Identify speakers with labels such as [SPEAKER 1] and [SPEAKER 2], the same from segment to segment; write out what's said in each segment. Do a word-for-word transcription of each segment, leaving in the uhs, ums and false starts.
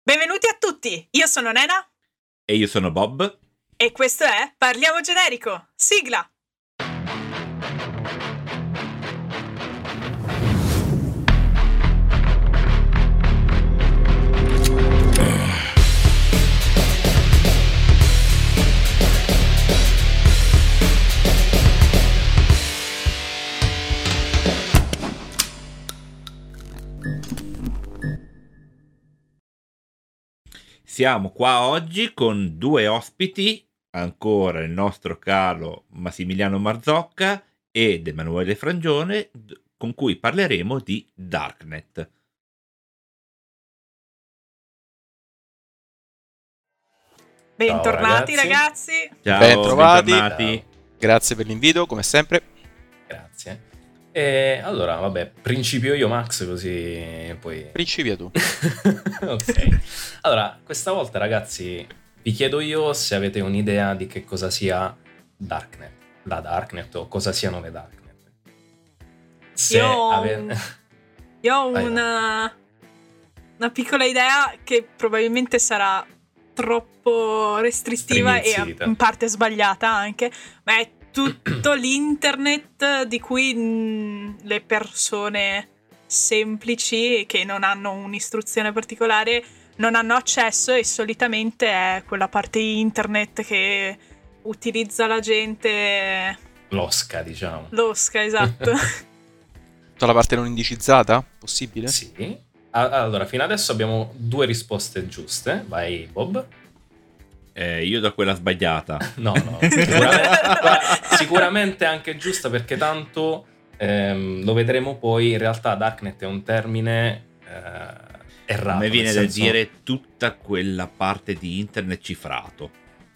[SPEAKER 1] Benvenuti a tutti, io sono Nena
[SPEAKER 2] e io sono Bob
[SPEAKER 1] e questo è Parliamo Generico, sigla!
[SPEAKER 2] Siamo qua oggi con due ospiti, ancora il nostro caro Massimiliano Marzocca ed Emanuele Frangione, con cui parleremo di Darknet.
[SPEAKER 1] Bentornati
[SPEAKER 3] Ciao,
[SPEAKER 1] ragazzi.
[SPEAKER 3] ragazzi.
[SPEAKER 2] Ciao,
[SPEAKER 4] Bentrovati.
[SPEAKER 2] bentornati.
[SPEAKER 4] Ciao. Grazie per l'invito, come sempre.
[SPEAKER 3] Grazie. E allora, vabbè, principio io, Max, così poi...
[SPEAKER 4] Principia tu.
[SPEAKER 3] Ok. Allora, questa volta, ragazzi, vi chiedo io se avete un'idea di che cosa sia Darknet, la Darknet, o cosa siano le Darknet. Se
[SPEAKER 1] Io ho,
[SPEAKER 3] ave...
[SPEAKER 1] un... io ho
[SPEAKER 3] Vai,
[SPEAKER 1] una... una piccola idea che probabilmente sarà troppo restrittiva e
[SPEAKER 3] Striminzita.
[SPEAKER 1] in parte sbagliata anche, ma è tutto l'internet di cui mh, le persone semplici che non hanno un'istruzione particolare non hanno accesso, e solitamente è quella parte internet che utilizza la gente
[SPEAKER 3] Losca, diciamo.
[SPEAKER 1] losca, esatto.
[SPEAKER 4] Tutta la parte non indicizzata? Possibile?
[SPEAKER 3] Sì. A- Allora, fino adesso abbiamo due risposte giuste. Vai, Bob.
[SPEAKER 2] Eh, io do quella sbagliata.
[SPEAKER 3] No, no, sicuramente, guarda, sicuramente anche giusta, perché tanto ehm, lo vedremo poi. In realtà Darknet è un termine eh, errato.
[SPEAKER 2] A me viene
[SPEAKER 3] nel
[SPEAKER 2] da
[SPEAKER 3] senso...
[SPEAKER 2] dire tutta quella parte di internet cifrato.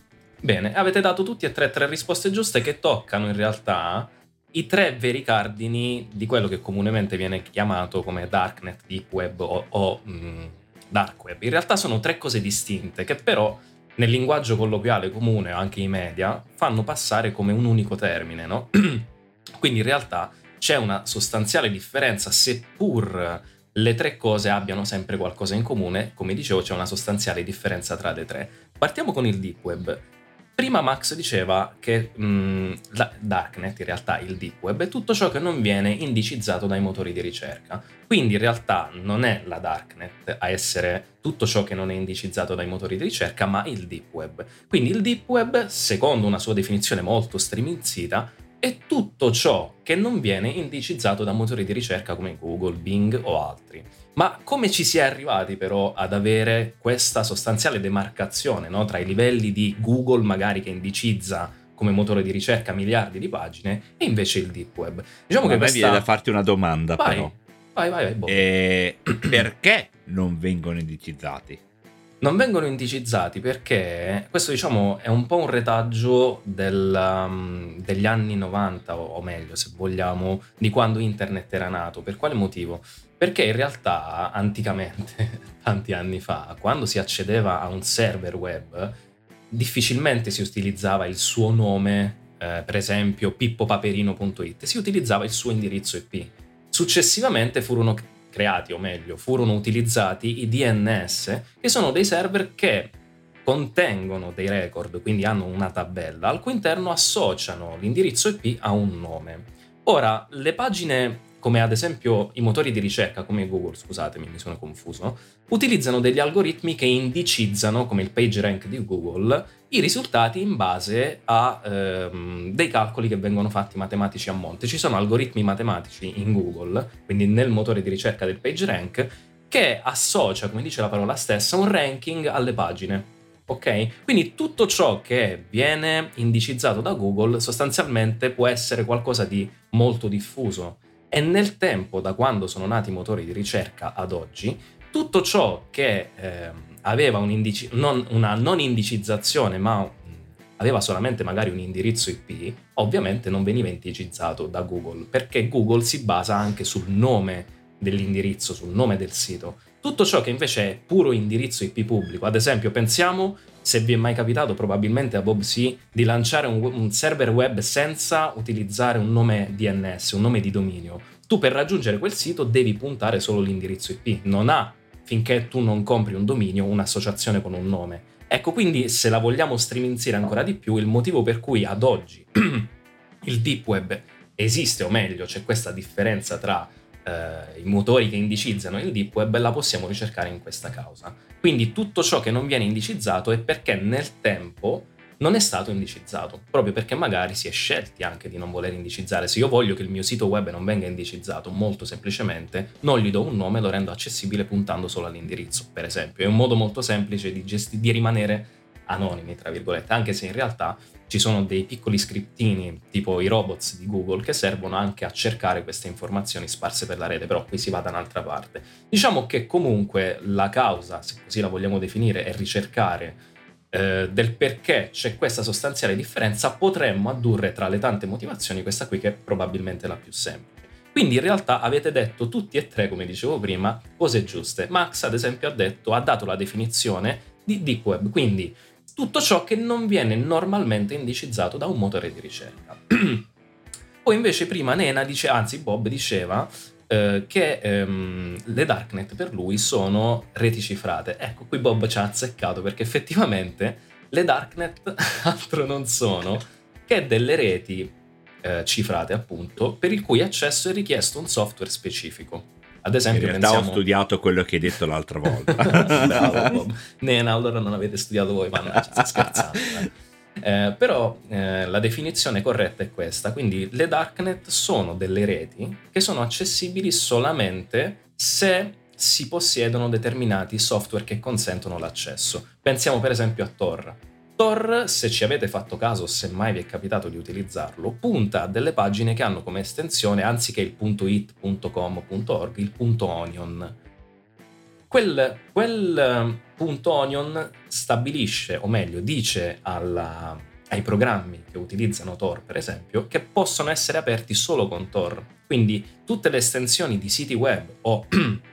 [SPEAKER 3] Bene, avete dato tutti e tre tre risposte giuste, che toccano in realtà i tre veri cardini di quello che comunemente viene chiamato come Darknet, Deep Web o, o mh, Dark Web. In realtà sono tre cose distinte che però nel linguaggio colloquiale comune, anche i media, fanno passare come un unico termine, no? Quindi in realtà c'è una sostanziale differenza, seppur le tre cose abbiano sempre qualcosa in comune. Come dicevo, c'è una sostanziale differenza tra le tre. Partiamo con il Deep Web. Prima Max diceva che mh, la Darknet, in realtà il Deep Web, è tutto ciò che non viene indicizzato dai motori di ricerca. Quindi in realtà non è la Darknet a essere tutto ciò che non è indicizzato dai motori di ricerca, ma il Deep Web. Quindi il Deep Web, secondo una sua definizione molto striminzita, è tutto ciò che non viene indicizzato da motori di ricerca come Google, Bing o altri. Ma come ci si è arrivati però ad avere questa sostanziale demarcazione, no, tra i livelli di Google magari che indicizza come motore di ricerca miliardi di pagine e invece il Deep Web? Diciamo
[SPEAKER 2] Ma
[SPEAKER 3] che
[SPEAKER 2] a me
[SPEAKER 3] questa...
[SPEAKER 2] viene da farti una domanda,
[SPEAKER 3] vai,
[SPEAKER 2] però.
[SPEAKER 3] vai, vai, vai, Bob.
[SPEAKER 2] Eh, perché non vengono indicizzati?
[SPEAKER 3] Non vengono indicizzati perché questo, diciamo, è un po' un retaggio del, um, degli anni novanta, o, o meglio, se vogliamo, di quando internet era nato. Per quale motivo? Perché in realtà, anticamente, tanti anni fa, quando si accedeva a un server web, difficilmente si utilizzava il suo nome, eh, per esempio pippopaperino punto it, si utilizzava il suo indirizzo I P. Successivamente furono creati, o meglio, furono utilizzati i D N S, che sono dei server che contengono dei record, quindi hanno una tabella, al cui interno associano l'indirizzo I P a un nome. Ora, le pagine, come ad esempio i motori di ricerca, come Google, scusatemi, mi sono confuso, utilizzano degli algoritmi che indicizzano, come il PageRank di Google, i risultati in base a ehm, dei calcoli che vengono fatti matematici a monte. Ci sono algoritmi matematici in Google, quindi nel motore di ricerca del PageRank, che associa, come dice la parola stessa, un ranking alle pagine. Ok? Quindi tutto ciò che viene indicizzato da Google sostanzialmente può essere qualcosa di molto diffuso. E nel tempo, da quando sono nati i motori di ricerca ad oggi, tutto ciò che eh, aveva un indici- non, una non indicizzazione, ma mh, aveva solamente magari un indirizzo I P, ovviamente non veniva indicizzato da Google, perché Google si basa anche sul nome dell'indirizzo, sul nome del sito. Tutto ciò che invece è puro indirizzo I P pubblico, ad esempio pensiamo, se vi è mai capitato, probabilmente a Bob sì, di lanciare un, un server web senza utilizzare un nome D N S, un nome di dominio. Tu per raggiungere quel sito devi puntare solo l'indirizzo I P, non ha finché tu non compri un dominio, un'associazione con un nome. Ecco, quindi se la vogliamo striminzire ancora di più, il motivo per cui ad oggi il Deep Web esiste, o meglio, c'è questa differenza tra eh, i motori che indicizzano il Deep Web, la possiamo ricercare in questa causa. Quindi tutto ciò che non viene indicizzato è perché nel tempo non è stato indicizzato, proprio perché magari si è scelti anche di non voler indicizzare. Se io voglio che il mio sito web non venga indicizzato, molto semplicemente non gli do un nome, lo rendo accessibile puntando solo all'indirizzo, per esempio. È un modo molto semplice di, gesti- di rimanere anonimi, tra virgolette, anche se in realtà ci sono dei piccoli scriptini, tipo i robots di Google, che servono anche a cercare queste informazioni sparse per la rete, però qui si va da un'altra parte. Diciamo che comunque la causa, se così la vogliamo definire, è ricercare Eh, del perché c'è questa sostanziale differenza. Potremmo addurre tra le tante motivazioni questa qui, che è probabilmente la più semplice. Quindi in realtà avete detto tutti e tre, come dicevo prima, cose giuste. Max ad esempio ha detto, ha dato la definizione di Deep Web, quindi tutto ciò che non viene normalmente indicizzato da un motore di ricerca. Poi invece prima Nena dice, anzi Bob diceva eh, che ehm, le darknet per lui sono reti cifrate. Ecco, qui Bob ci ha azzeccato, perché effettivamente le darknet altro non sono che delle reti eh, cifrate, appunto, per il cui accesso è richiesto un software specifico. Ad esempio,
[SPEAKER 2] in realtà
[SPEAKER 3] pensiamo...
[SPEAKER 2] ho studiato quello che hai detto l'altra volta.
[SPEAKER 3] Bravo Bob. Nena, allora non avete studiato voi, mannaggia, sto scherzando. Eh, però eh, la definizione corretta è questa, quindi le darknet sono delle reti che sono accessibili solamente se si possiedono determinati software che consentono l'accesso. Pensiamo per esempio a Tor. Tor, se ci avete fatto caso, se mai vi è capitato di utilizzarlo, punta a delle pagine che hanno come estensione, anziché il .it, .com, .org, il .onion. Quel, quel punto onion stabilisce, o meglio, dice alla, ai programmi che utilizzano Tor, per esempio, che possono essere aperti solo con Tor. Quindi tutte le estensioni di siti web o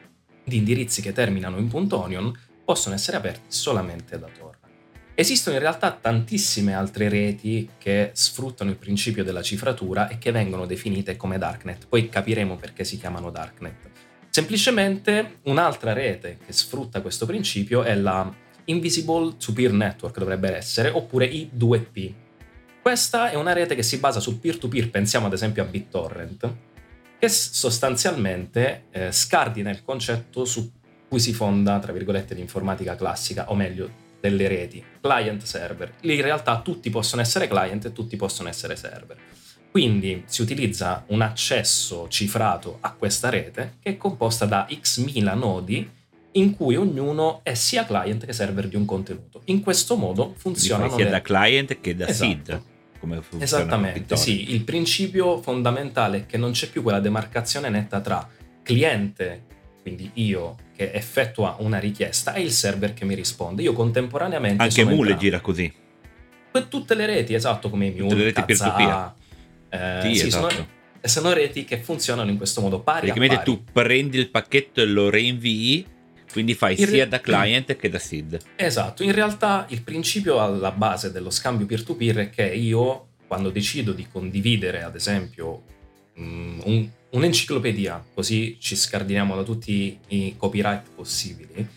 [SPEAKER 3] di indirizzi che terminano in punto onion possono essere aperti solamente da Tor. Esistono in realtà tantissime altre reti che sfruttano il principio della cifratura e che vengono definite come darknet. Poi capiremo perché si chiamano darknet. Semplicemente un'altra rete che sfrutta questo principio è la Invisible to Peer Network, dovrebbe essere, oppure I due P. Questa è una rete che si basa sul peer-to-peer, pensiamo ad esempio a BitTorrent, che sostanzialmente eh, scardina il concetto su cui si fonda, tra virgolette, l'informatica classica, o meglio, delle reti, client-server. Lì in realtà tutti possono essere client e tutti possono essere server. Quindi si utilizza un accesso cifrato a questa rete che è composta da x mila nodi in cui ognuno è sia client che server di un contenuto. In questo modo funzionano
[SPEAKER 2] sia
[SPEAKER 3] le...
[SPEAKER 2] da client che da
[SPEAKER 3] Esatto.
[SPEAKER 2] seed. Come funziona
[SPEAKER 3] Esattamente, sì. Il principio fondamentale è che non c'è più quella demarcazione netta tra cliente, quindi io che effettua una richiesta, e il server che mi risponde. Io contemporaneamente
[SPEAKER 2] anche
[SPEAKER 3] sono
[SPEAKER 2] Mule
[SPEAKER 3] entrambi.
[SPEAKER 2] gira così.
[SPEAKER 3] Per tutte le reti, esatto, come
[SPEAKER 2] Tutte le
[SPEAKER 3] Mule,
[SPEAKER 2] reti peer-to-peer.
[SPEAKER 3] Eh,
[SPEAKER 2] Sì,
[SPEAKER 3] sì,
[SPEAKER 2] esatto.
[SPEAKER 3] sono, sono reti che funzionano in questo modo, pari a
[SPEAKER 2] Praticamente
[SPEAKER 3] pari.
[SPEAKER 2] tu prendi il pacchetto e lo reinvii, quindi fai
[SPEAKER 3] In
[SPEAKER 2] sia
[SPEAKER 3] re-
[SPEAKER 2] da client che da seed.
[SPEAKER 3] Esatto, in realtà il principio alla base dello scambio peer-to-peer è che io, quando decido di condividere, ad esempio, um, un, un'enciclopedia, così ci scardiniamo da tutti i copyright possibili,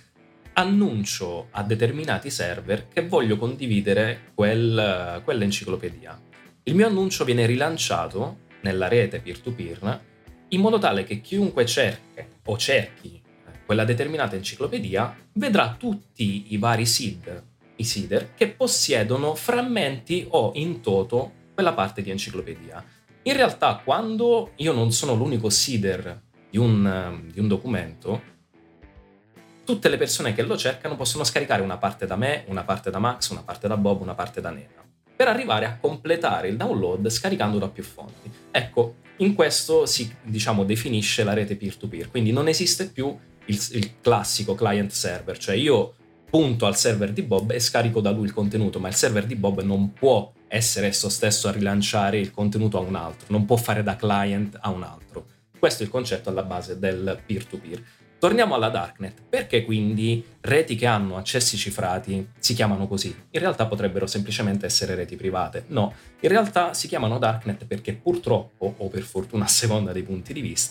[SPEAKER 3] annuncio a determinati server che voglio condividere quel, quell'enciclopedia. Il mio annuncio viene rilanciato nella rete peer-to-peer in modo tale che chiunque cerchi o cerchi quella determinata enciclopedia vedrà tutti i vari seed, i seeder, che possiedono frammenti o in toto quella parte di enciclopedia. In realtà, quando io non sono l'unico seeder di un, di un documento, tutte le persone che lo cercano possono scaricare una parte da me, una parte da Max, una parte da Bob, una parte da Nena, per arrivare a completare il download scaricando da più fonti. Ecco, in questo si, diciamo, definisce la rete peer-to-peer, quindi non esiste più il, il classico client-server, cioè io punto al server di Bob e scarico da lui il contenuto, ma il server di Bob non può essere esso stesso a rilanciare il contenuto a un altro, non può fare da client a un altro. Questo è il concetto alla base del peer-to-peer. Torniamo alla darknet. Perché quindi reti che hanno accessi cifrati si chiamano così? In realtà potrebbero semplicemente essere reti private. No, in realtà si chiamano darknet perché purtroppo, o per fortuna a seconda dei punti di vista,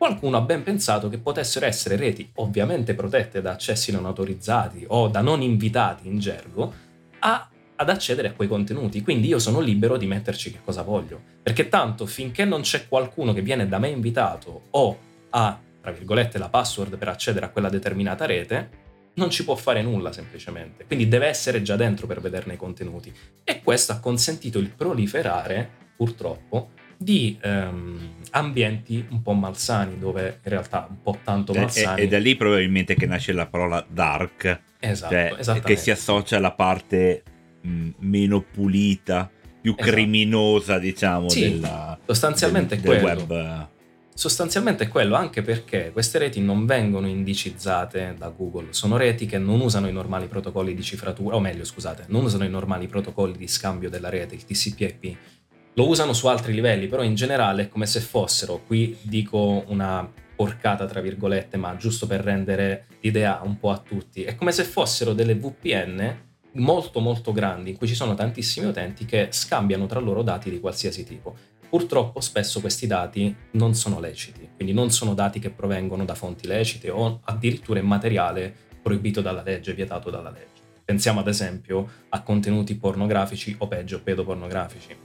[SPEAKER 3] qualcuno ha ben pensato che potessero essere reti ovviamente protette da accessi non autorizzati o da non invitati in gergo a, ad accedere a quei contenuti. Quindi io sono libero di metterci che cosa voglio, perché tanto finché non c'è qualcuno che viene da me invitato o ha, tra virgolette, la password per accedere a quella determinata rete, non ci può fare nulla semplicemente. Quindi deve essere già dentro per vederne i contenuti. E questo ha consentito il proliferare, purtroppo, di ehm, ambienti un po' malsani, dove in realtà un po' tanto malsani.
[SPEAKER 2] E, e da lì probabilmente che nasce la parola dark,
[SPEAKER 3] esatto,
[SPEAKER 2] cioè, che si associa alla parte mh, meno pulita, più
[SPEAKER 3] esatto.
[SPEAKER 2] criminosa, diciamo,
[SPEAKER 3] sì,
[SPEAKER 2] della,
[SPEAKER 3] sostanzialmente
[SPEAKER 2] del, del
[SPEAKER 3] quello.
[SPEAKER 2] web.
[SPEAKER 3] Sostanzialmente è quello, anche perché queste reti non vengono indicizzate da Google, sono reti che non usano i normali protocolli di cifratura, o meglio, scusate, non usano i normali protocolli di scambio della rete, il T C P I P. Lo usano su altri livelli, però in generale è come se fossero, qui dico una porcata tra virgolette, ma giusto per rendere l'idea un po' a tutti, è come se fossero delle V P N molto molto grandi, in cui ci sono tantissimi utenti che scambiano tra loro dati di qualsiasi tipo. Purtroppo spesso questi dati non sono leciti, quindi non sono dati che provengono da fonti lecite o addirittura in materiale proibito dalla legge, vietato dalla legge. Pensiamo ad esempio a contenuti pornografici o peggio pedopornografici.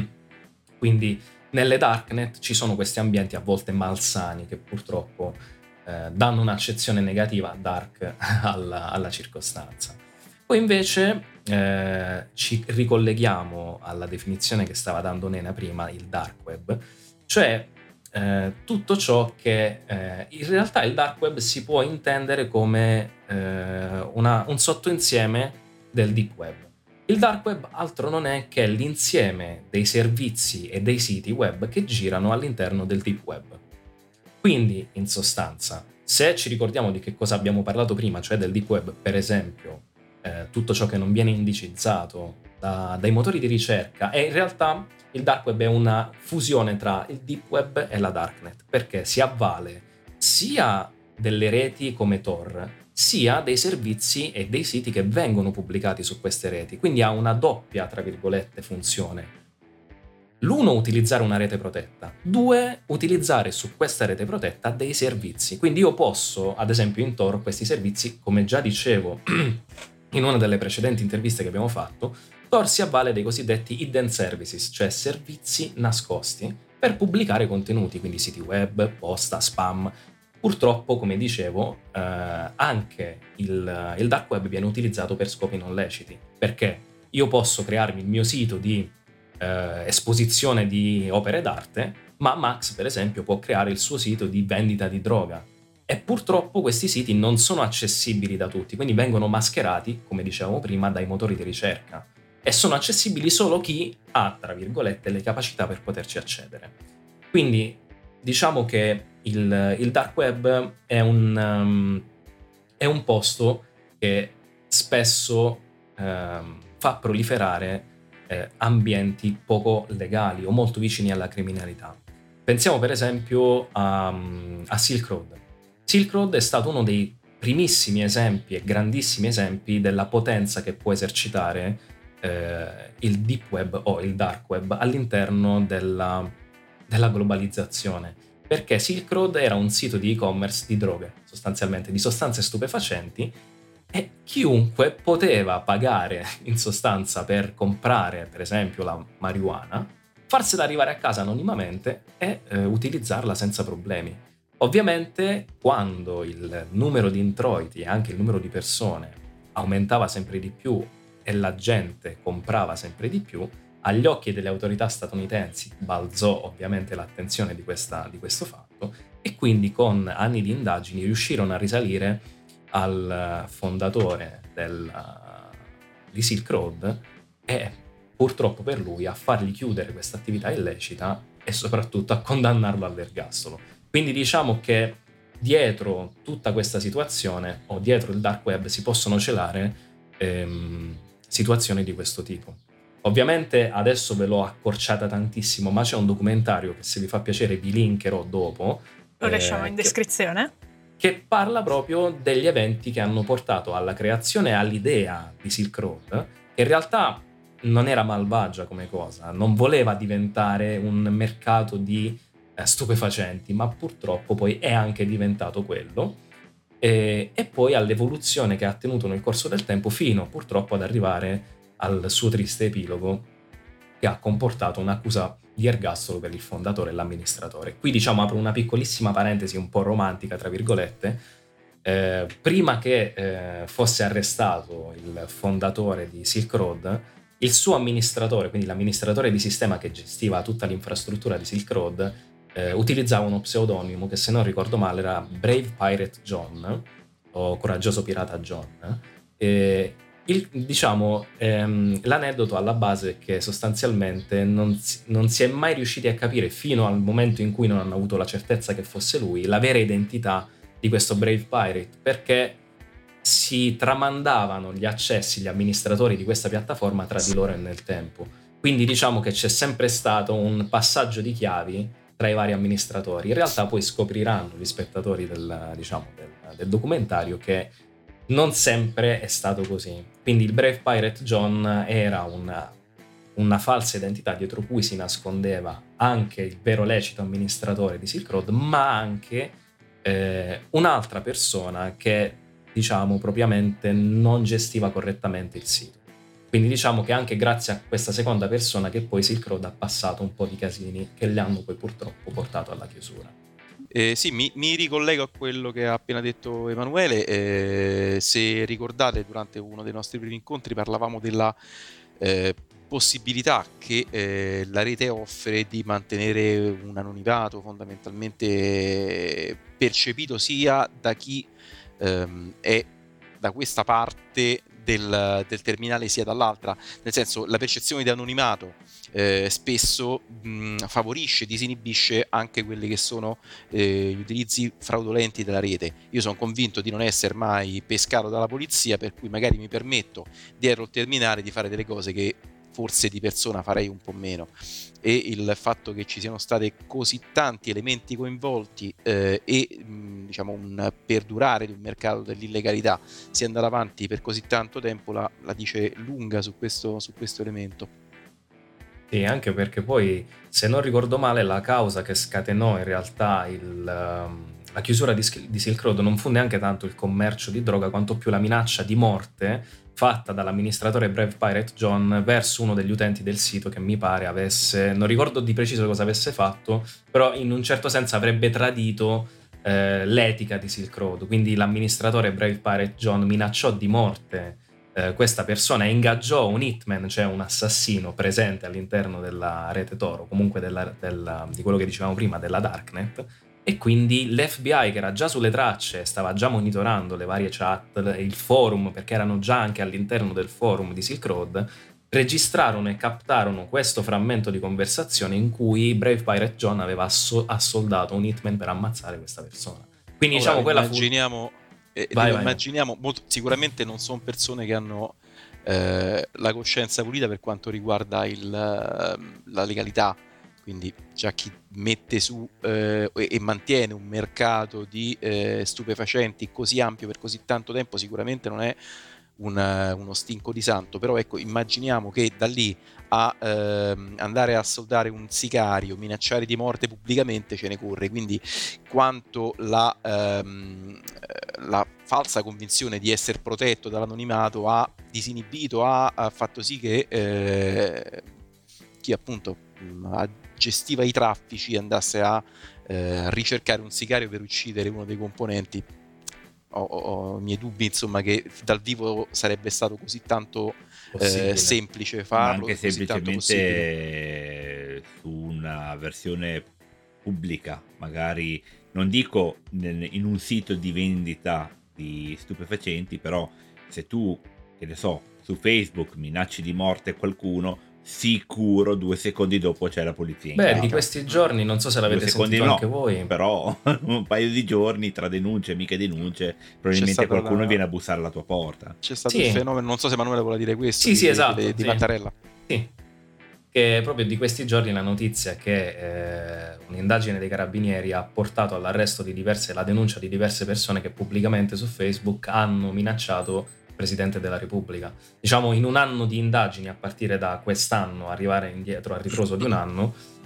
[SPEAKER 3] Quindi nelle darknet ci sono questi ambienti a volte malsani che purtroppo eh, danno un'accezione negativa dark alla, alla circostanza. Poi invece eh, ci ricolleghiamo alla definizione che stava dando Nena prima, il dark web, cioè eh, tutto ciò che eh, in realtà il dark web si può intendere come eh, una, un sottoinsieme del deep web. Il dark web altro non è che l'insieme dei servizi e dei siti web che girano all'interno del deep web. Quindi, in sostanza, se ci ricordiamo di che cosa abbiamo parlato prima, cioè del deep web, per esempio, eh, tutto ciò che non viene indicizzato da, dai motori di ricerca, e in realtà il dark web è una fusione tra il deep web e la darknet, perché si avvale sia delle reti come Tor, sia dei servizi e dei siti che vengono pubblicati su queste reti, quindi ha una doppia, tra virgolette, funzione. L'uno, utilizzare una rete protetta. Due, utilizzare su questa rete protetta dei servizi. Quindi io posso, ad esempio in Tor, questi servizi, come già dicevo in una delle precedenti interviste che abbiamo fatto, Tor si avvale dei cosiddetti hidden services, cioè servizi nascosti, per pubblicare contenuti, quindi siti web, posta, spam. Purtroppo, come dicevo, eh, anche il, il dark web viene utilizzato per scopi non leciti, perché io posso crearmi il mio sito di eh, esposizione di opere d'arte, ma Max, per esempio, può creare il suo sito di vendita di droga. E purtroppo questi siti non sono accessibili da tutti, quindi vengono mascherati, come dicevamo prima, dai motori di ricerca. E sono accessibili solo chi ha, tra virgolette, le capacità per poterci accedere. Quindi diciamo che il, il dark web è un, um, è un posto che spesso um, fa proliferare eh, ambienti poco legali o molto vicini alla criminalità. Pensiamo per esempio a, a Silk Road. Silk Road è stato uno dei primissimi esempi e grandissimi esempi della potenza che può esercitare eh, il deep web o il dark web all'interno della, della globalizzazione, perché Silk Road era un sito di e-commerce di droghe, sostanzialmente di sostanze stupefacenti, e chiunque poteva pagare in sostanza per comprare per esempio la marijuana, farsela arrivare a casa anonimamente e eh, utilizzarla senza problemi. Ovviamente quando il numero di introiti e anche il numero di persone aumentava sempre di più e la gente comprava sempre di più, agli occhi delle autorità statunitensi balzò ovviamente l'attenzione di, questa, di questo fatto, e quindi con anni di indagini riuscirono a risalire al fondatore del, di Silk Road e purtroppo per lui a fargli chiudere questa attività illecita e soprattutto a condannarlo all'ergastolo. Quindi diciamo che dietro tutta questa situazione o dietro il dark web si possono celare ehm, situazioni di questo tipo. Ovviamente adesso ve l'ho accorciata tantissimo, ma c'è un documentario che se vi fa piacere vi linkerò dopo.
[SPEAKER 1] Lo lasciamo eh, in descrizione.
[SPEAKER 3] Che, che parla proprio degli eventi che hanno portato alla creazione e all'idea di Silk Road, che in realtà non era malvagia come cosa, non voleva diventare un mercato di eh, stupefacenti, ma purtroppo poi è anche diventato quello. E, e poi all'evoluzione che ha tenuto nel corso del tempo fino purtroppo ad arrivare al suo triste epilogo, che ha comportato un'accusa di ergastolo per il fondatore e l'amministratore. Qui diciamo apro una piccolissima parentesi un po' romantica tra virgolette. Eh, prima che eh, fosse arrestato il fondatore di Silk Road, il suo amministratore, quindi l'amministratore di sistema che gestiva tutta l'infrastruttura di Silk Road, eh, utilizzava uno pseudonimo che, se non ricordo male, era Brave Pirate John o Coraggioso Pirata John. E il, diciamo, ehm, l'aneddoto alla base è che sostanzialmente non si, non si è mai riusciti a capire, fino al momento in cui non hanno avuto la certezza che fosse lui, la vera identità di questo Brave Pirate, perché si tramandavano gli accessi, gli amministratori di questa piattaforma tra di loro e nel tempo. Quindi diciamo che c'è sempre stato un passaggio di chiavi tra i vari amministratori. In realtà poi scopriranno gli spettatori del, diciamo, del, del documentario che non sempre è stato così. Quindi il Brave Pirate John era una, una falsa identità dietro cui si nascondeva anche il vero lecito amministratore di Silk Road, ma anche eh, un'altra persona che, diciamo, propriamente non gestiva correttamente il sito. Quindi diciamo che anche grazie a questa seconda persona che poi Silk Road ha passato un po' di casini che li hanno poi purtroppo portato alla chiusura.
[SPEAKER 4] Eh, sì, mi, mi ricollego a quello che ha appena detto Emanuele. Eh, se ricordate, durante uno dei nostri primi incontri parlavamo della eh, possibilità che eh, la rete offre di mantenere un anonimato fondamentalmente percepito sia da chi ehm, è da questa parte del, del terminale sia dall'altra, nel senso, la percezione di anonimato eh, spesso mh, favorisce, disinibisce anche quelli che sono eh, gli utilizzi fraudolenti della rete. Io sono convinto di non essere mai pescato dalla polizia, per cui magari mi permetto dietro il terminale di fare delle cose che forse di persona farei un po' meno, e il fatto che ci siano stati così tanti elementi coinvolti eh, e mh, diciamo un perdurare di un mercato dell'illegalità sia andato avanti per così tanto tempo la, la dice lunga su questo, su questo elemento.
[SPEAKER 3] Sì, anche perché poi, se non ricordo male, la causa che scatenò in realtà il, um, la chiusura di, di Silk Road non fu neanche tanto il commercio di droga, quanto più la minaccia di morte fatta dall'amministratore Brave Pirate John verso uno degli utenti del sito, che mi pare avesse, non ricordo di preciso cosa avesse fatto, però in un certo senso avrebbe tradito eh, l'etica di Silk Road. Quindi l'amministratore Brave Pirate John minacciò di morte eh, questa persona e ingaggiò un hitman, cioè un assassino presente all'interno della rete Toro, comunque della, della, di quello che dicevamo prima, della Darknet. E quindi l'F B I, che era già sulle tracce, stava già monitorando le varie chat e il forum, perché erano già anche all'interno del forum di Silk Road, registrarono e captarono questo frammento di conversazione in cui Brave Pirate John aveva asso- assoldato un hitman per ammazzare questa persona. Quindi
[SPEAKER 4] Ora,
[SPEAKER 3] diciamo quella
[SPEAKER 4] immaginiamo,
[SPEAKER 3] fu...
[SPEAKER 4] eh,
[SPEAKER 3] vai,
[SPEAKER 4] dico,
[SPEAKER 3] vai,
[SPEAKER 4] immaginiamo molto, sicuramente non sono persone che hanno eh, la coscienza pulita per quanto riguarda il, la legalità. Quindi già chi mette su eh, e mantiene un mercato di eh, stupefacenti così ampio per così tanto tempo sicuramente non è una, uno stinco di santo. Però ecco, immaginiamo che da lì a ehm, andare a soldare un sicario, minacciare di morte pubblicamente, ce ne corre. Quindi quanto la, ehm, la falsa convinzione di essere protetto dall'anonimato ha disinibito, ha, ha fatto sì che eh, chi appunto mh, gestiva i traffici andasse a eh, ricercare un sicario per uccidere uno dei componenti. Ho, ho i miei dubbi, insomma, che dal vivo sarebbe stato così tanto eh, semplice farlo,
[SPEAKER 2] ma anche semplicemente su una versione pubblica, magari, non dico nel, in un sito di vendita di stupefacenti, però se tu, che ne so, su Facebook minacci di morte qualcuno, sicuro due secondi dopo c'è la polizia in
[SPEAKER 3] Beh,
[SPEAKER 2] casa.
[SPEAKER 3] di questi giorni non so se l'avete sentito
[SPEAKER 2] no,
[SPEAKER 3] anche voi,
[SPEAKER 2] però un paio di giorni tra denunce e miche denunce probabilmente qualcuno la... viene a bussare alla tua porta.
[SPEAKER 4] C'è stato
[SPEAKER 3] sì.
[SPEAKER 4] il fenomeno, non so se Emanuele vuole dire questo,
[SPEAKER 3] sì,
[SPEAKER 4] di,
[SPEAKER 3] sì, esatto,
[SPEAKER 4] di, di
[SPEAKER 3] sì.
[SPEAKER 4] Mattarella.
[SPEAKER 3] Sì, che proprio di questi giorni la notizia è che eh, un'indagine dei carabinieri ha portato all'arresto di diverse, la denuncia di diverse persone che pubblicamente su Facebook hanno minacciato Presidente della Repubblica. Diciamo, in un anno di indagini, a partire da quest'anno, arrivare indietro a ritroso di un anno,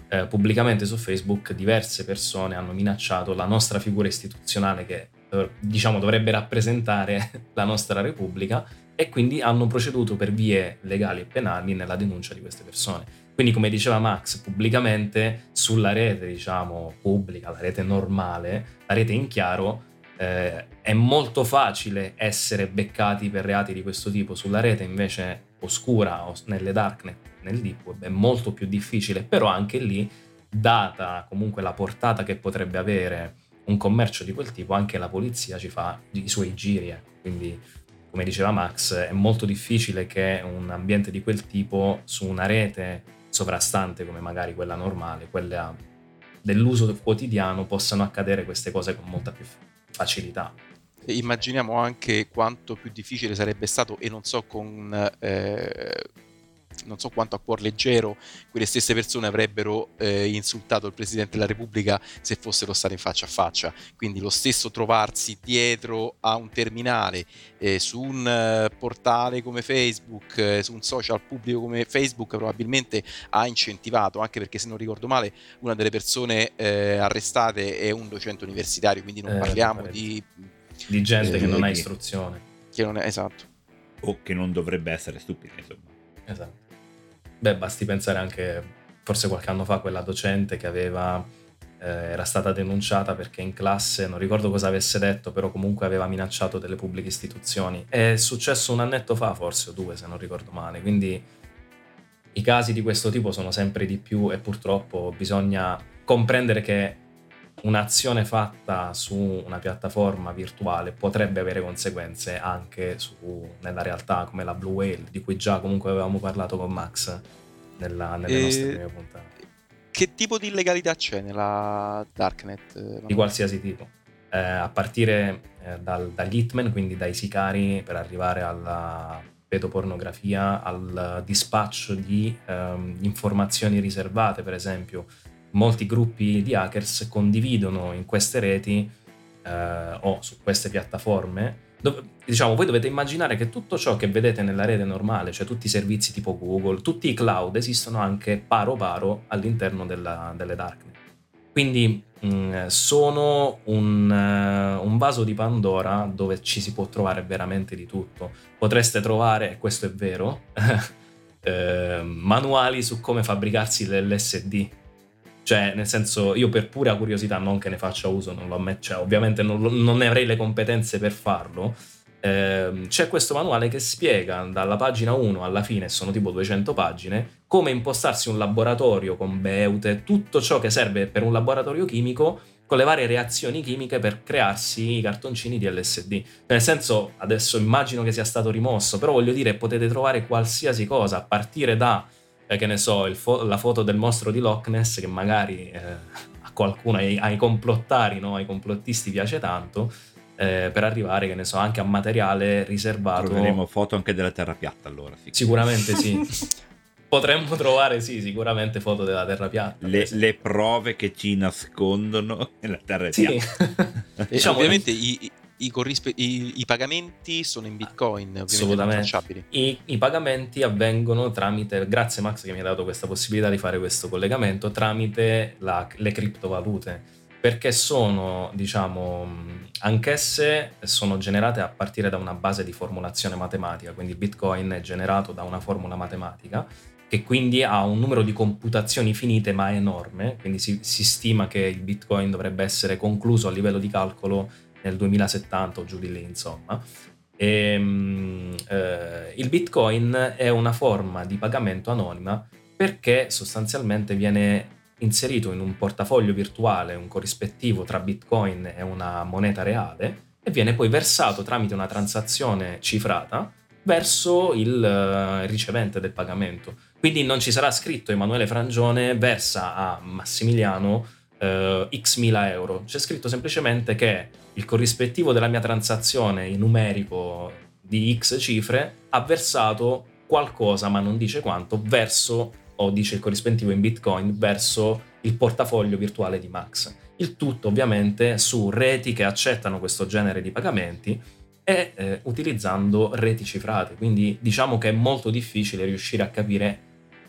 [SPEAKER 3] eh, pubblicamente su Facebook diverse persone hanno minacciato la nostra figura istituzionale che eh, diciamo dovrebbe rappresentare la nostra Repubblica, e quindi hanno proceduto per vie legali e penali nella denuncia di queste persone. Quindi, come diceva Max, pubblicamente sulla rete, diciamo, pubblica, la rete normale, la rete in chiaro, eh, è molto facile essere beccati per reati di questo tipo. Sulla rete invece oscura o nelle darknet, nel deep web, è molto più difficile, però anche lì, data comunque la portata che potrebbe avere un commercio di quel tipo, anche la polizia ci fa i suoi giri, eh. Quindi, come diceva Max, è molto difficile che un ambiente di quel tipo su una rete sovrastante come magari quella normale, quella dell'uso quotidiano, possano accadere queste cose con molta più facilità.
[SPEAKER 4] E immaginiamo anche quanto più difficile sarebbe stato, e non so con eh, non so quanto a cuor leggero quelle stesse persone avrebbero eh, insultato il Presidente della Repubblica se fossero state in faccia a faccia. Quindi lo stesso trovarsi dietro a un terminale, eh, su un eh, portale come Facebook, eh, su un social pubblico come Facebook, probabilmente ha incentivato, anche perché, se non ricordo male, una delle persone eh, arrestate è un docente universitario, quindi non
[SPEAKER 3] Eh,
[SPEAKER 4] parliamo
[SPEAKER 3] mi pare
[SPEAKER 4] di
[SPEAKER 3] di gente
[SPEAKER 2] Eh,
[SPEAKER 3] che non ha
[SPEAKER 2] che-
[SPEAKER 3] istruzione.
[SPEAKER 4] che non è esatto.
[SPEAKER 2] O che non dovrebbe essere stupida, insomma.
[SPEAKER 3] Esatto. Beh, basti pensare anche, forse qualche anno fa, quella docente che aveva eh, era stata denunciata perché in classe, non ricordo cosa avesse detto, però comunque aveva minacciato delle pubbliche istituzioni. È successo un annetto fa, forse, o due, se non ricordo male. Quindi i casi di questo tipo sono sempre di più, e purtroppo bisogna comprendere che un'azione fatta su una piattaforma virtuale potrebbe avere conseguenze anche su, nella realtà, come la Blue Whale, di cui già comunque avevamo parlato con Max nella, nelle
[SPEAKER 4] E-
[SPEAKER 3] nostre prime puntate.
[SPEAKER 4] Che tipo di illegalità c'è nella Darknet? eh,
[SPEAKER 3] Di
[SPEAKER 4] Manuel?
[SPEAKER 3] qualsiasi tipo, eh, a partire eh, dal, dagli hitman, quindi dai sicari, per arrivare alla pedopornografia, al dispaccio di ehm, informazioni riservate. Per esempio, molti gruppi di hackers condividono in queste reti eh, o su queste piattaforme, dove, diciamo, voi dovete immaginare che tutto ciò che vedete nella rete normale, cioè tutti i servizi tipo Google, tutti i cloud, esistono anche paro paro all'interno della, delle darknet. Quindi mh, sono un, eh, un vaso di Pandora dove ci si può trovare veramente di tutto. Potreste trovare, e questo è vero, eh, manuali su come fabbricarsi l'L S D. Cioè, nel senso, io per pura curiosità, non che ne faccia uso, non lo ammetto, cioè, ovviamente non, lo- non ne avrei le competenze per farlo. Ehm, c'è questo manuale che spiega dalla pagina uno alla fine, sono tipo duecento pagine, come impostarsi un laboratorio con Beute, tutto ciò che serve per un laboratorio chimico, con le varie reazioni chimiche per crearsi i cartoncini di L S D. Nel senso, adesso immagino che sia stato rimosso, però voglio dire, potete trovare qualsiasi cosa, a partire da, eh, che ne so, il fo- la foto del mostro di Loch Ness, che magari eh, a qualcuno, ai, ai complottari, no? Ai complottisti piace tanto, eh, per arrivare, che ne so, anche a materiale riservato.
[SPEAKER 2] Troveremo foto anche della terra piatta, allora. Sì.
[SPEAKER 3] Sicuramente sì. Potremmo trovare, sì, sicuramente foto della terra piatta. per
[SPEAKER 2] Le,
[SPEAKER 3] esempio.
[SPEAKER 2] le prove che ci nascondono nella terra
[SPEAKER 3] Sì.
[SPEAKER 2] piatta.
[SPEAKER 4] E
[SPEAKER 3] Diciamo,
[SPEAKER 4] ovviamente i, i- i corrispe- i- i pagamenti sono in Bitcoin, ovviamente non
[SPEAKER 3] assolutamente.
[SPEAKER 4] tracciabili.
[SPEAKER 3] I, I pagamenti avvengono tramite, grazie Max che mi ha dato questa possibilità di fare questo collegamento, tramite la- le criptovalute, perché sono, diciamo, mh, anch'esse sono generate a partire da una base di formulazione matematica, quindi Bitcoin è generato da una formula matematica che quindi ha un numero di computazioni finite ma enorme, quindi si, si stima che il Bitcoin dovrebbe essere concluso a livello di calcolo nel duemilasettanta o giù di lì, insomma. E, mh, eh, il Bitcoin è una forma di pagamento anonima perché sostanzialmente viene inserito in un portafoglio virtuale, un corrispettivo tra Bitcoin e una moneta reale, e viene poi versato tramite una transazione cifrata verso il eh, ricevente del pagamento. Quindi non ci sarà scritto Emanuele Frangione versa a Massimiliano eh, x mila euro, c'è scritto semplicemente che il corrispettivo della mia transazione in numerico di x cifre ha versato qualcosa, ma non dice quanto, verso, o dice il corrispettivo in Bitcoin, verso il portafoglio virtuale di Max. Il tutto ovviamente su reti che accettano questo genere di pagamenti e eh, utilizzando reti cifrate. Quindi diciamo che è molto difficile riuscire a capire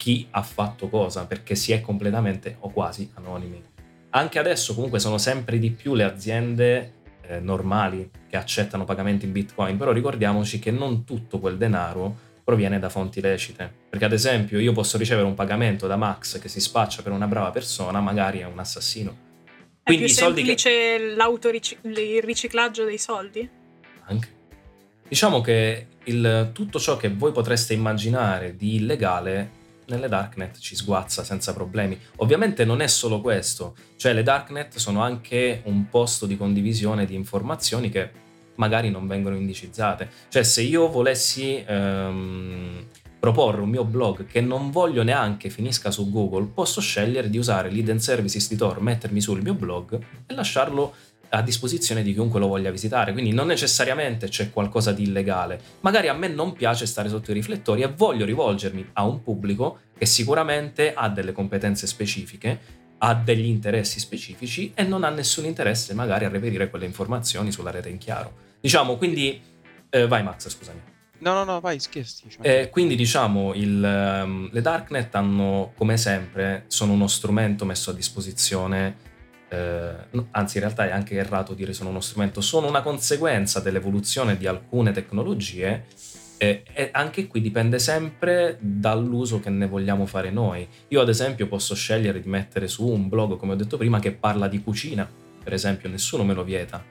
[SPEAKER 3] chi ha fatto cosa, perché si è completamente o quasi anonimi. Anche adesso comunque sono sempre di più le aziende eh, normali che accettano pagamenti in Bitcoin, però ricordiamoci che non tutto quel denaro proviene da fonti lecite, perché ad esempio io posso ricevere un pagamento da Max che si spaccia per una brava persona, magari è un assassino.
[SPEAKER 1] È
[SPEAKER 3] Quindi
[SPEAKER 1] più
[SPEAKER 3] i soldi
[SPEAKER 1] semplice
[SPEAKER 3] che...
[SPEAKER 1] l'autoric- il riciclaggio dei soldi?
[SPEAKER 3] Anche. Diciamo che il, tutto ciò che voi potreste immaginare di illegale nelle darknet ci sguazza senza problemi. Ovviamente non è solo questo, cioè le darknet sono anche un posto di condivisione di informazioni che magari non vengono indicizzate. Cioè se io volessi ehm, proporre un mio blog che non voglio neanche finisca su Google, posso scegliere di usare l'Hidden Services di Tor, mettermi sul mio blog e lasciarlo a disposizione di chiunque lo voglia visitare. Quindi non necessariamente c'è qualcosa di illegale. Magari a me non piace stare sotto i riflettori e voglio rivolgermi a un pubblico che sicuramente ha delle competenze specifiche, ha degli interessi specifici e non ha nessun interesse magari a reperire quelle informazioni sulla rete in chiaro. Diciamo, quindi... Eh, vai Max, scusami.
[SPEAKER 4] No, no, no, vai, scherzi.
[SPEAKER 3] Eh, quindi diciamo, il, um, le darknet hanno, come sempre, sono uno strumento messo a disposizione. Eh, anzi, in realtà è anche errato dire sono uno strumento, sono una conseguenza dell'evoluzione di alcune tecnologie eh, e anche qui dipende sempre dall'uso che ne vogliamo fare noi. Io ad esempio posso scegliere di mettere su un blog, come ho detto prima, che parla di cucina, per esempio, nessuno me lo vieta,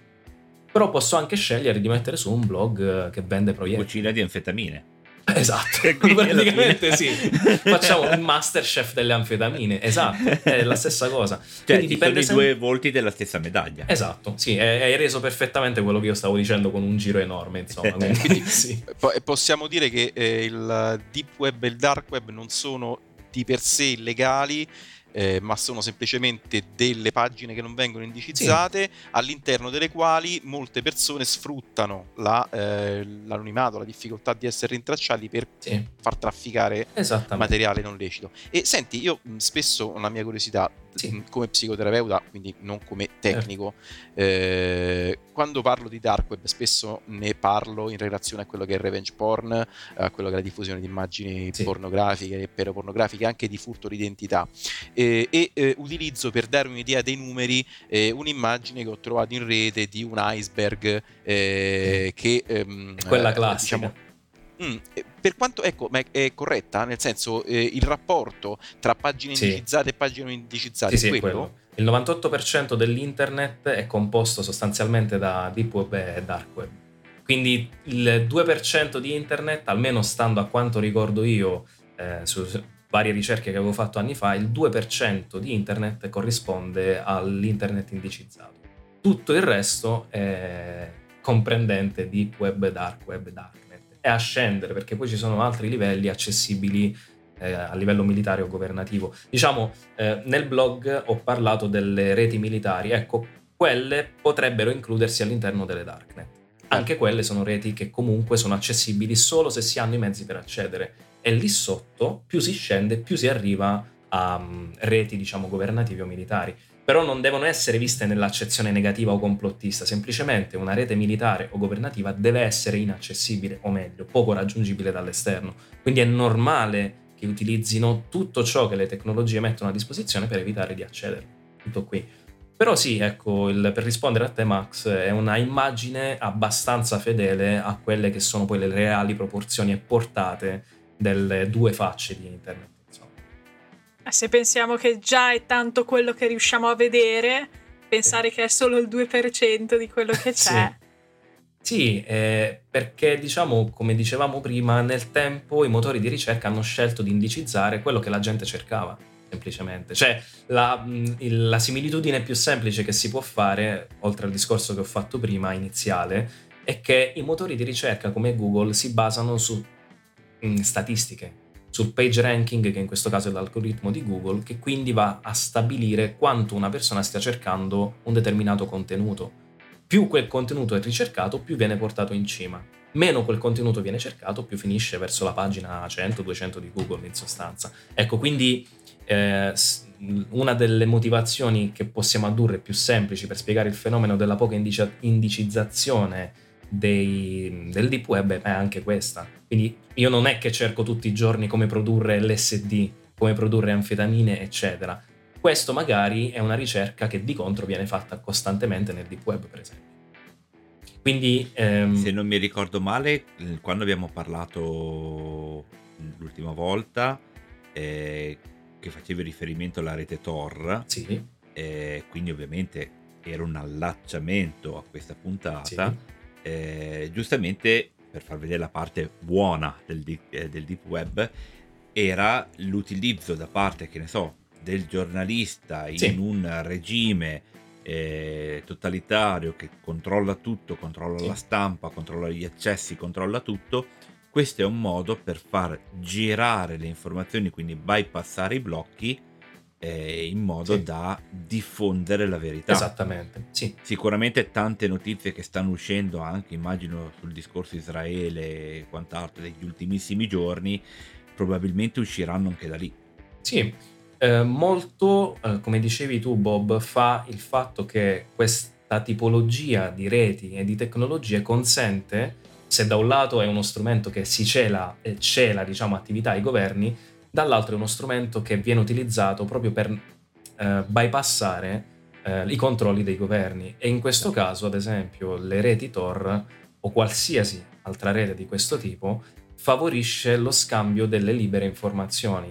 [SPEAKER 3] però posso anche scegliere di mettere su un blog che vende proiettili.
[SPEAKER 2] Cucina di anfetamine.
[SPEAKER 3] Esatto, praticamente sì, facciamo il Masterchef delle anfetamine, esatto, è la stessa cosa.
[SPEAKER 2] Cioè
[SPEAKER 3] Quindi
[SPEAKER 2] ci
[SPEAKER 3] dipende
[SPEAKER 2] sono
[SPEAKER 3] sem-
[SPEAKER 2] i due volti della stessa medaglia.
[SPEAKER 3] Esatto, sì, hai reso perfettamente quello che io stavo dicendo con un giro enorme, insomma. Quindi, sì.
[SPEAKER 4] Possiamo dire che eh, il deep web e il dark web non sono di per sé illegali, Eh, ma sono semplicemente delle pagine che non vengono indicizzate, sì, all'interno delle quali molte persone sfruttano la, eh, l'anonimato, la difficoltà di essere rintracciati per sì. far trafficare materiale non lecito. E senti, io mh, spesso ho una mia curiosità, sì. mh, come psicoterapeuta, quindi non come tecnico, eh, quando parlo di dark web spesso ne parlo in relazione a quello che è il revenge porn, a quello che è la diffusione di immagini sì. pornografiche e pedopornografiche, anche di furto d'identità. Eh, e eh, utilizzo per dare un'idea dei numeri eh, un'immagine che ho trovato in rete di un iceberg eh, che ehm,
[SPEAKER 3] quella classica
[SPEAKER 4] eh, diciamo, mh, per quanto ecco ma è corretta, nel senso eh, il rapporto tra pagine sì. indicizzate e pagine non indicizzate
[SPEAKER 3] sì,
[SPEAKER 4] è
[SPEAKER 3] sì,
[SPEAKER 4] quello?
[SPEAKER 3] quello il novantotto per cento dell'internet è composto sostanzialmente da deep web e dark web, quindi il due per cento di internet, almeno stando a quanto ricordo io eh, su varie ricerche che avevo fatto anni fa, il due per cento di internet corrisponde all'internet indicizzato. Tutto il resto è comprendente deep web, dark web, darknet. E a scendere, perché poi ci sono altri livelli accessibili eh, a livello militare o governativo. Diciamo, eh, nel blog ho parlato delle reti militari, ecco, quelle potrebbero includersi all'interno delle darknet. Anche quelle sono reti che comunque sono accessibili solo se si hanno i mezzi per accedere. E lì sotto, più si scende, più si arriva a um, reti, diciamo, governative o militari. Però non devono essere viste nell'accezione negativa o complottista, semplicemente una rete militare o governativa deve essere inaccessibile, o meglio, poco raggiungibile dall'esterno. Quindi è normale che utilizzino tutto ciò che le tecnologie mettono a disposizione per evitare di accedere. Tutto qui. Però sì, ecco, il, per rispondere a te Max, è una immagine abbastanza fedele a quelle che sono poi le reali proporzioni e portate delle due facce di internet, insomma.
[SPEAKER 1] Se pensiamo che già è tanto quello che riusciamo a vedere, pensare sì. che è solo il due per cento di quello che c'è.
[SPEAKER 3] Sì, sì eh, perché diciamo, come dicevamo prima, nel tempo i motori di ricerca hanno scelto di indicizzare quello che la gente cercava, semplicemente. Cioè, la, la similitudine più semplice che si può fare, oltre al discorso che ho fatto prima, iniziale, è che i motori di ricerca come Google si basano su statistiche, sul page ranking, che in questo caso è l'algoritmo di Google, che quindi va a stabilire quanto una persona stia cercando un determinato contenuto. Più quel contenuto è ricercato, più viene portato in cima. Meno quel contenuto viene cercato, più finisce verso la pagina cento duecento di Google, in sostanza. Ecco, quindi eh, una delle motivazioni che possiamo addurre più semplici per spiegare il fenomeno della poca indici- indicizzazione dei, del deep web è anche questa. Quindi io non è che cerco tutti i giorni come produrre L S D, come produrre anfetamine, eccetera. Questo magari è una ricerca che di contro viene fatta costantemente nel deep web, per esempio. Quindi ehm...
[SPEAKER 2] se non mi ricordo male, quando abbiamo parlato l'ultima volta, eh, che facevi riferimento alla rete Tor,
[SPEAKER 3] sì.
[SPEAKER 2] eh, quindi ovviamente era un allacciamento a questa puntata,
[SPEAKER 3] sì.
[SPEAKER 2] eh, giustamente per far vedere la parte buona del deep, eh, del deep web, era l'utilizzo da parte, che ne so, del giornalista in
[SPEAKER 3] sì.
[SPEAKER 2] un regime eh, totalitario che controlla tutto, controlla
[SPEAKER 3] sì.
[SPEAKER 2] la stampa, controlla gli accessi, controlla tutto. Questo è un modo per far girare le informazioni, quindi bypassare i blocchi, eh, in modo
[SPEAKER 3] sì.
[SPEAKER 2] da diffondere la verità.
[SPEAKER 3] Esattamente, sì.
[SPEAKER 2] Sicuramente tante notizie che stanno uscendo anche, immagino, sul discorso Israele e quant'altro degli ultimissimi giorni, probabilmente usciranno anche da lì.
[SPEAKER 3] Sì, eh, molto, eh, come dicevi tu Bob, fa il fatto che questa tipologia di reti e di tecnologie consente, se da un lato è uno strumento che si cela e cela, diciamo, attività ai governi, dall'altro è uno strumento che viene utilizzato proprio per eh, bypassare eh, i controlli dei governi. E in questo caso, ad esempio, le reti Tor o qualsiasi altra rete di questo tipo favorisce lo scambio delle libere informazioni.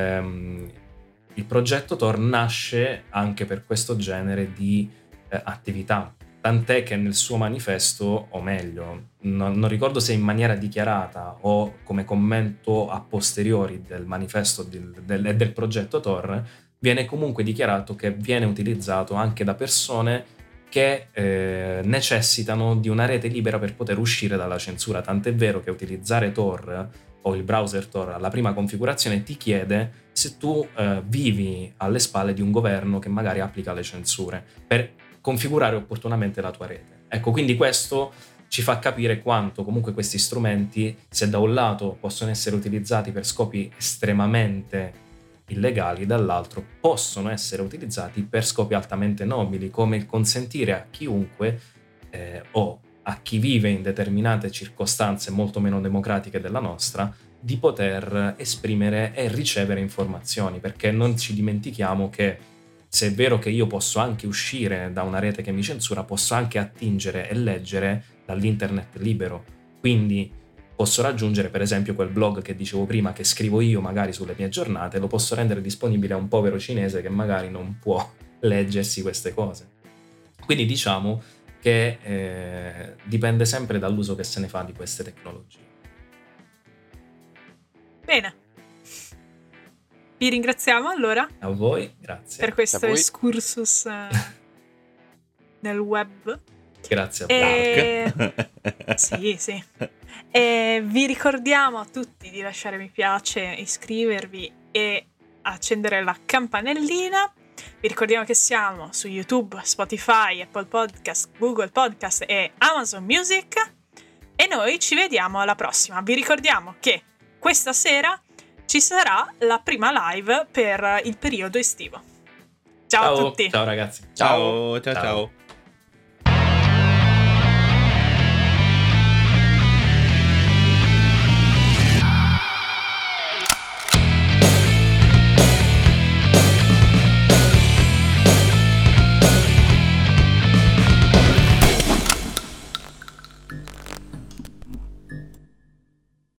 [SPEAKER 3] Um, il progetto Tor nasce anche per questo genere di eh, attività, tant'è che nel suo manifesto, o meglio, non, non ricordo se in maniera dichiarata o come commento a posteriori del manifesto del, del, del progetto Tor, viene comunque dichiarato che viene utilizzato anche da persone che eh, necessitano di una rete libera per poter uscire dalla censura, tant'è vero che utilizzare Tor o il browser Tor alla prima configurazione ti chiede se tu eh, vivi alle spalle di un governo che magari applica le censure per configurare opportunamente la tua rete. Ecco, quindi questo ci fa capire quanto comunque questi strumenti, se da un lato possono essere utilizzati per scopi estremamente illegali, dall'altro possono essere utilizzati per scopi altamente nobili, come il consentire a chiunque eh, o a chi vive in determinate circostanze molto meno democratiche della nostra di poter esprimere e ricevere informazioni, perché non ci dimentichiamo che se è vero che io posso anche uscire da una rete che mi censura, posso anche attingere e leggere dall'internet libero, quindi posso raggiungere per esempio quel blog che dicevo prima che scrivo io magari sulle mie giornate, lo posso rendere disponibile a un povero cinese che magari non può leggersi queste cose. Quindi diciamo che eh, dipende sempre dall'uso che se ne fa di queste tecnologie.
[SPEAKER 1] Bene. Vi ringraziamo allora.
[SPEAKER 3] A voi, grazie.
[SPEAKER 1] Per questo excursus uh, nel web.
[SPEAKER 3] Grazie a
[SPEAKER 1] e... voi. Sì, sì. E vi ricordiamo a tutti di lasciare mi piace, iscrivervi e accendere la campanellina. Vi ricordiamo che siamo su YouTube, Spotify, Apple Podcast, Google Podcast e Amazon Music. E noi ci vediamo alla prossima. Vi ricordiamo che questa sera ci sarà la prima live per il periodo estivo. Ciao,
[SPEAKER 3] ciao
[SPEAKER 1] a tutti.
[SPEAKER 3] Ciao ragazzi.
[SPEAKER 2] Ciao, ciao, ciao. ciao.